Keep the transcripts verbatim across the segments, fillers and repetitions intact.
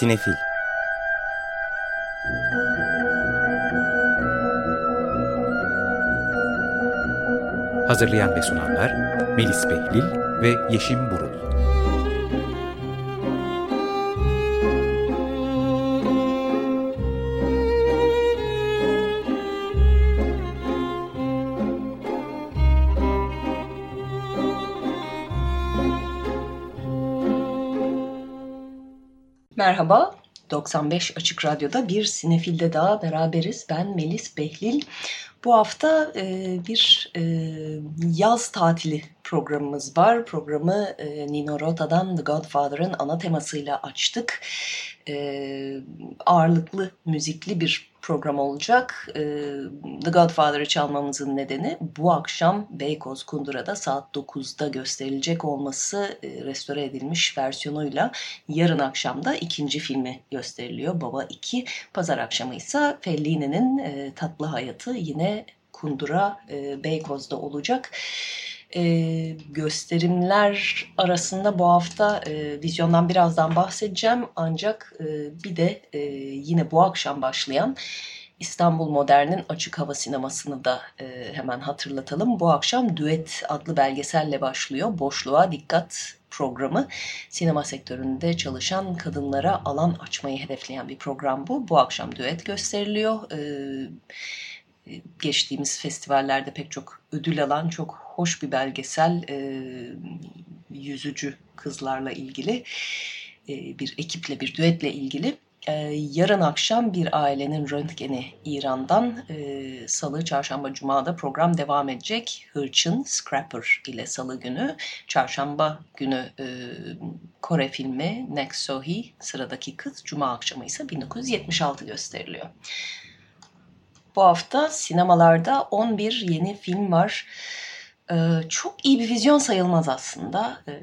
Sinefil. Hazırlayan ve sunanlar Melis Behlil ve Yeşim Burul. Merhaba, doksan beş Açık Radyo'da bir Sinefil'de daha beraberiz. Ben Melis Behlil. Bu hafta e, bir e, yaz tatili programımız var. Programı e, Nino Rota'dan The Godfather'ın ana temasıyla açtık. E, ağırlıklı müzikli bir program olacak. E, The Godfather'ı çalmamızın nedeni bu akşam Beykoz Kundura'da saat dokuzda gösterilecek olması, e, restore edilmiş versiyonuyla yarın akşam da ikinci filmi gösteriliyor. Baba iki. Pazar akşamı ise Fellini'nin e, Tatlı Hayatı yine Kundura e, Beykoz'da olacak. E, gösterimler arasında bu hafta e, vizyondan birazdan bahsedeceğim. Ancak e, bir de e, yine bu akşam başlayan İstanbul Modern'in açık hava sinemasını da e, hemen hatırlatalım. Bu akşam Düet adlı belgeselle başlıyor. Boşluğa Dikkat programı. Sinema sektöründe çalışan kadınlara alan açmayı hedefleyen bir program bu. Bu akşam Düet gösteriliyor. E, geçtiğimiz festivallerde pek çok ödül alan çok hoş bir belgesel, e, yüzücü kızlarla ilgili, e, bir ekiple, bir düetle ilgili. E, yarın akşam Bir Ailenin Röntgeni İran'dan, e, Salı, Çarşamba, Cuma'da program devam edecek. Hırçın, Scrapper ile Salı günü, Çarşamba günü e, Kore filmi Next Sohi, Sıradaki Kız, Cuma akşamı ise bin dokuz yüz yetmiş altı gösteriliyor. Bu hafta sinemalarda on bir yeni film var. Ee, çok iyi bir vizyon sayılmaz aslında. Ee,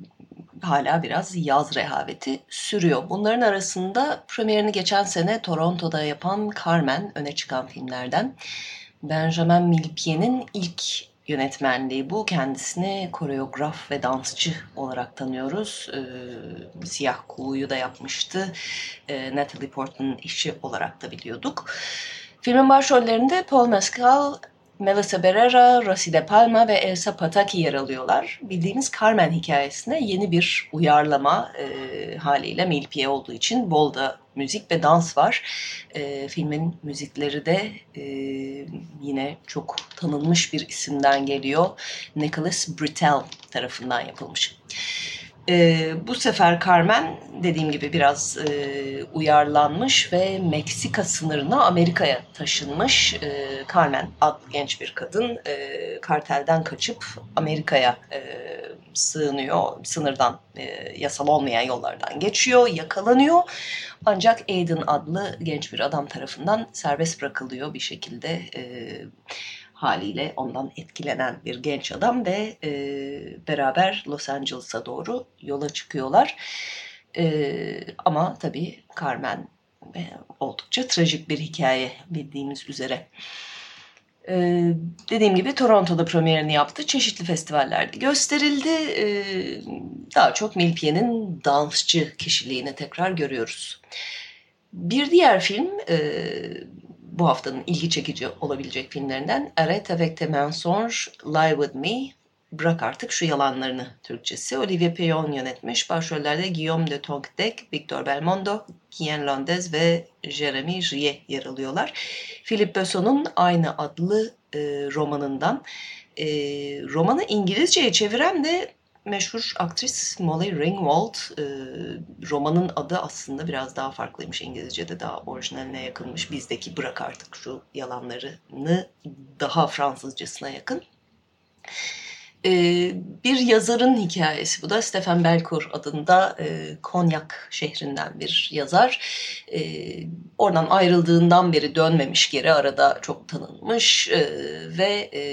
hala biraz yaz rehaveti sürüyor. Bunların arasında premierini geçen sene Toronto'da yapan Carmen öne çıkan filmlerden. Benjamin Millepied'in ilk yönetmenliği bu. Kendisini koreograf ve dansçı olarak tanıyoruz. Ee, Siyah Kuğu'yu da yapmıştı. Ee, Natalie Portman'ın eşi olarak da biliyorduk. Filmin başrollerinde Paul Mescal, Melissa Barrera, Rosie De Palma ve Elsa Pataky yer alıyorlar. Bildiğimiz Carmen hikayesine yeni bir uyarlama e, haliyle Millepied olduğu için bol da müzik ve dans var. E, filmin müzikleri de e, yine çok tanınmış bir isimden geliyor. Nicholas Britell tarafından yapılmış. Ee, bu sefer Carmen dediğim gibi biraz e, uyarlanmış ve Meksika sınırına Amerika'ya taşınmış. E, Carmen adlı genç bir kadın e, kartelden kaçıp Amerika'ya e, sığınıyor. Sınırdan e, yasal olmayan yollardan geçiyor, yakalanıyor. Ancak Aiden adlı genç bir adam tarafından serbest bırakılıyor bir şekilde. E, haliyle ondan etkilenen bir genç adam ve e, beraber Los Angeles'a doğru yola çıkıyorlar. E, ama tabii Carmen e, oldukça trajik bir hikaye bildiğimiz üzere. E, dediğim gibi Toronto'da premierini yaptı. Çeşitli festivallerde gösterildi. E, daha çok Millepied'in dansçı kişiliğini tekrar görüyoruz. Bir diğer film... E, bu haftanın ilgi çekici olabilecek filmlerinden Arrête avec tes mensonges, Lie with me, Bırak Artık Şu Yalanlarını Türkçesi. Olivier Peyron yönetmiş. Başrollerde Guillaume de Tonquédec, Victor Belmondo, Guyen Landez ve Jérémy Gier yer alıyorlar. Philippe Besson'un aynı adlı e, romanından. E, romanı İngilizceye çeviren de meşhur aktris Molly Ringwald. E, romanın adı aslında biraz daha farklıymış. İngilizce'de daha orijinaline yakınmış. Bizdeki Bırak Artık Şu Yalanlarını daha Fransızcasına yakın. E, bir yazarın hikayesi bu da. Stephen Belcourt adında e, Konyak şehrinden bir yazar. E, oradan ayrıldığından beri dönmemiş geri. Arada çok tanınmış e, ve e,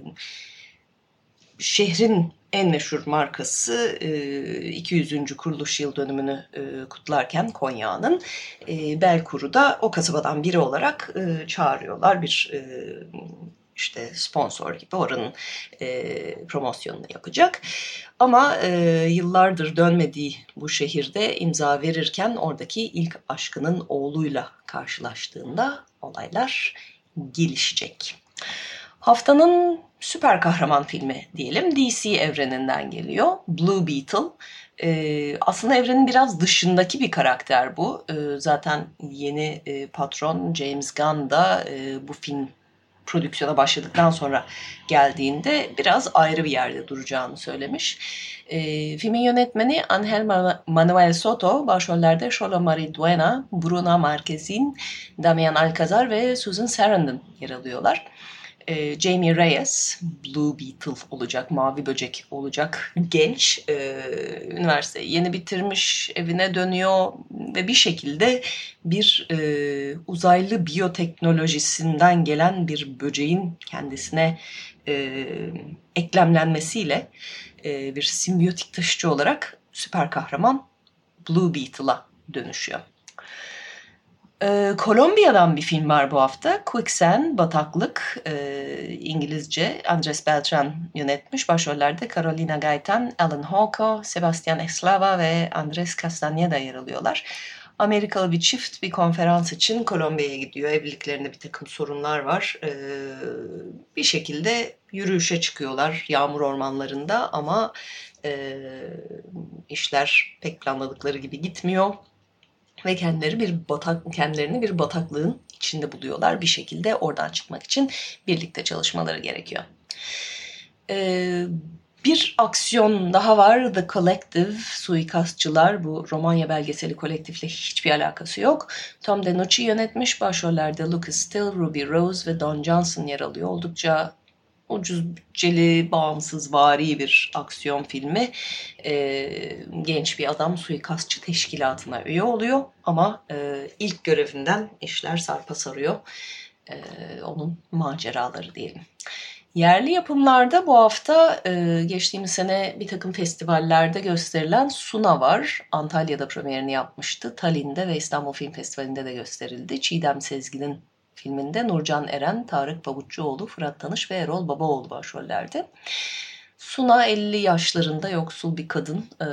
şehrin en meşhur markası iki yüzüncü kuruluş yıl dönümünü kutlarken Konya'nın Belkur'u da o kasabadan biri olarak çağırıyorlar. Bir işte sponsor gibi oranın e, promosyonunu yapacak. Ama e, yıllardır dönmediği bu şehirde imza verirken oradaki ilk aşkının oğluyla karşılaştığında olaylar gelişecek. Haftanın süper kahraman filmi diyelim, D C evreninden geliyor. Blue Beetle. Ee, aslında evrenin biraz dışındaki bir karakter bu. Ee, zaten yeni e, patron James Gunn da e, bu film prodüksiyona başladıktan sonra geldiğinde biraz ayrı bir yerde duracağını söylemiş. E, filmin yönetmeni Angel Manuel Soto, başrollerde Xolo Mariduena, Bruna Marquezin, Damian Alcázar ve Susan Sarandon yer alıyorlar. E, Jamie Reyes, Blue Beetle olacak, mavi böcek olacak genç, e, üniversiteyi yeni bitirmiş, evine dönüyor ve bir şekilde bir e, uzaylı biyoteknolojisinden gelen bir böceğin kendisine e, eklemlenmesiyle e, bir simbiyotik taşıcı olarak süper kahraman Blue Beetle'a dönüşüyor. Ee, Kolombiya'dan bir film var bu hafta. Quicksand, Bataklık, e, İngilizce. Andres Beltran yönetmiş. Başrollerde Carolina Gaitan, Alan Hawko, Sebastian Eslava ve Andres Castañeda yer alıyorlar. Amerikalı bir çift bir konferans için Kolombiya'ya gidiyor. Evliliklerinde bir takım sorunlar var. Ee, bir şekilde yürüyüşe çıkıyorlar yağmur ormanlarında ama e, işler pek planladıkları gibi gitmiyor. Ve kendileri bir batak, kendilerini bir bataklığın içinde buluyorlar. Bir şekilde oradan çıkmak için birlikte çalışmaları gerekiyor. Ee, bir aksiyon daha var. The Collective, Suikastçılar. Bu Romanya belgeseli kolektifle hiçbir alakası yok. Tom DeNucci yönetmiş. Başrollerde Lucas Still, Ruby Rose ve Don Johnson yer alıyor. Oldukça ucuz bütçeli, bağımsızvari bir aksiyon filmi. Ee, genç bir adam suikastçı teşkilatına üye oluyor ama e, ilk görevinden işler sarpa sarıyor. Ee, onun maceraları diyelim. Yerli yapımlarda bu hafta e, geçtiğimiz sene bir takım festivallerde gösterilen Suna var. Antalya'da premierini yapmıştı. Tallinn'de ve İstanbul Film Festivali'nde de gösterildi. Çiğdem Sezgin'in filminde Nurcan Eren, Tarık Pabuççuoğlu, Fırat Tanış ve Erol Babaoğlu başrollerde. Suna elli yaşlarında yoksul bir kadın. Ee,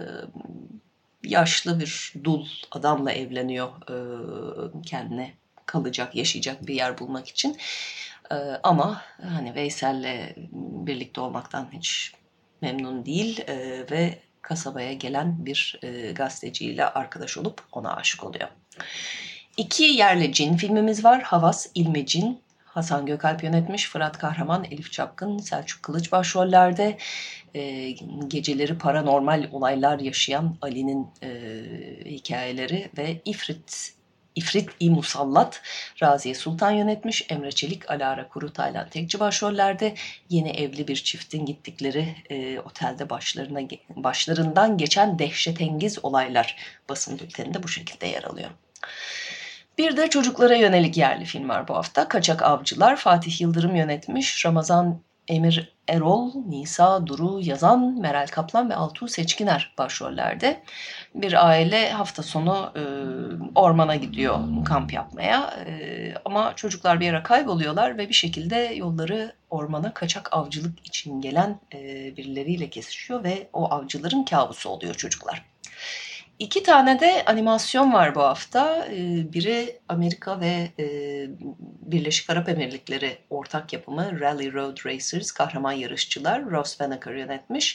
yaşlı bir dul adamla evleniyor e, kendine kalacak, yaşayacak bir yer bulmak için. E, ama hani Veysel'le birlikte olmaktan hiç memnun değil e, ve kasabaya gelen bir e, gazeteciyle arkadaş olup ona aşık oluyor. İki yerli cin filmimiz var. Havas, İlme Cin. Hasan Gökalp yönetmiş. Fırat Kahraman, Elif Çapkın, Selçuk Kılıç başrollerde. E, geceleri paranormal olaylar yaşayan Ali'nin e, hikayeleri ve İfrit İfrit-i Musallat, Raziye Sultan yönetmiş. Emre Çelik, Alara Kuru, Taylan Tekçi başrollerde. Yeni evli bir çiftin gittikleri e, otelde başlarına başlarından geçen dehşetengiz olaylar basın bülteninde bu şekilde yer alıyor. Bir de çocuklara yönelik yerli film var bu hafta. Kaçak Avcılar, Fatih Yıldırım yönetmiş. Ramazan Emir Erol, Nisa Duru yazan, Meral Kaplan ve Altuğ Seçkiner başrollerde. Bir aile hafta sonu e, ormana gidiyor kamp yapmaya. E, ama çocuklar bir yere kayboluyorlar ve bir şekilde yolları ormana kaçak avcılık için gelen e, birileriyle kesişiyor ve o avcıların kabusu oluyor çocuklar. İki tane de animasyon var bu hafta. Biri Amerika ve Birleşik Arap Emirlikleri ortak yapımı Rally Road Racers, Kahraman Yarışçılar. Ross Banneker yönetmiş.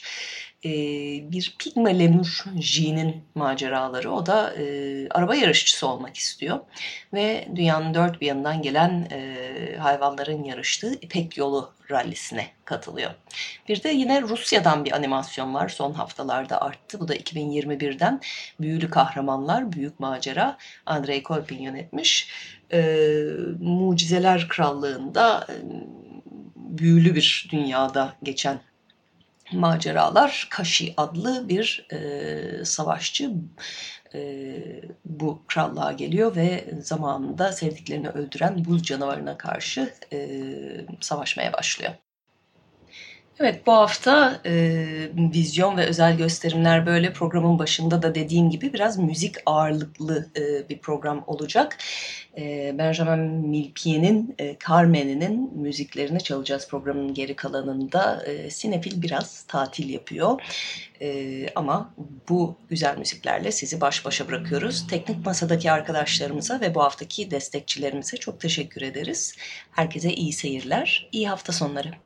Bir pigme lemur Jean'in maceraları. O da araba yarışçısı olmak istiyor. Ve dünyanın dört bir yanından gelen hayvanların yarıştığı İpek Yolu rallisine katılıyor. Bir de yine Rusya'dan bir animasyon var. Son haftalarda arttı. Bu da iki bin yirmi birden Büyülü Kahramanlar, Büyük Macera. Andrei Kolpin yönetmiş. Ee, Mucizeler Krallığı'nda e, büyülü bir dünyada geçen maceralar. Kashi adlı bir e, savaşçı e, bu krallığa geliyor ve zamanında sevdiklerini öldüren buz canavarına karşı e, savaşmaya başlıyor. Evet, bu hafta e, vizyon ve özel gösterimler böyle. Programın başında da dediğim gibi biraz müzik ağırlıklı e, bir program olacak. E, Benjamin Millepied'in e, Carmen'inin müziklerini çalacağız programın geri kalanında. E, Sinefil biraz tatil yapıyor. E, ama bu güzel müziklerle sizi baş başa bırakıyoruz. Teknik masadaki arkadaşlarımıza ve bu haftaki destekçilerimize çok teşekkür ederiz. Herkese iyi seyirler, iyi hafta sonları.